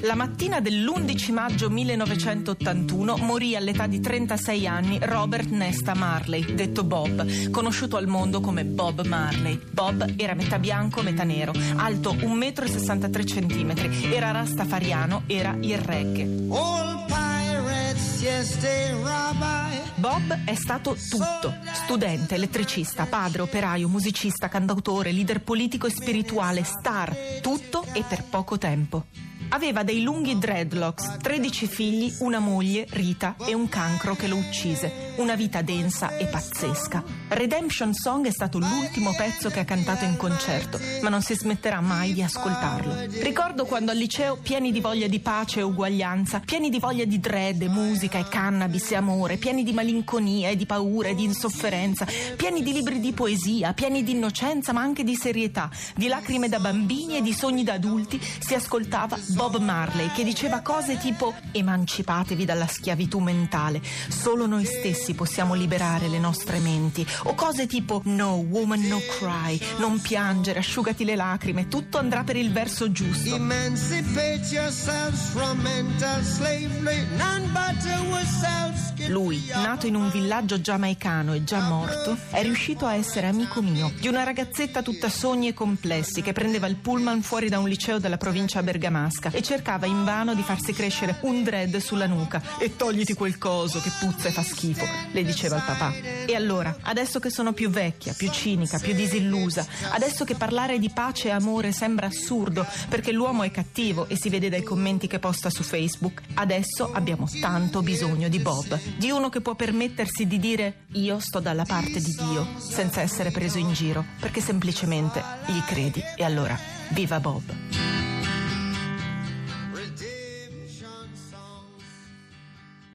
La mattina dell'11 maggio 1981 morì all'età di 36 anni Robert Nesta Marley, detto Bob, conosciuto al mondo come Bob Marley. Bob era metà bianco, metà nero, alto 1,63 m, era rastafariano, era il reggae. Bob è stato tutto: studente, elettricista, padre, operaio, musicista, cantautore, leader politico e spirituale, star, tutto e per poco tempo. Aveva dei lunghi dreadlocks, 13 figli, una moglie, Rita, e un cancro che lo uccise. Una vita densa e pazzesca. Redemption Song è stato l'ultimo pezzo che ha cantato in concerto, ma non si smetterà mai di ascoltarlo. Ricordo quando al liceo, pieni di voglia di pace e uguaglianza, pieni di voglia di dread, musica e cannabis e amore, pieni di malinconia e di paura e di insofferenza, pieni di libri di poesia, pieni di innocenza ma anche di serietà, di lacrime da bambini e di sogni da adulti, si ascoltava Bob Marley, che diceva cose tipo: emancipatevi dalla schiavitù mentale, solo noi stessi possiamo liberare le nostre menti, o cose tipo: no woman no cry, non piangere, asciugati le lacrime, tutto andrà per il verso giusto. Emancipate yourselves from mental slavery, none but ourselves. Lui, nato in un villaggio giamaicano e già morto, è riuscito a essere amico mio di una ragazzetta tutta sogni e complessi che prendeva il pullman fuori da un liceo della provincia bergamasca e cercava invano di farsi crescere un dread sulla nuca. E togliti quel coso che puzza e fa schifo, le diceva il papà. E allora, adesso che sono più vecchia, più cinica, più disillusa, adesso che parlare di pace e amore sembra assurdo perché l'uomo è cattivo e si vede dai commenti che posta su Facebook, adesso abbiamo tanto bisogno di Bob, di uno che può permettersi di dire: io sto dalla parte di Dio, senza essere preso in giro, perché semplicemente gli credi. E allora, viva Bob!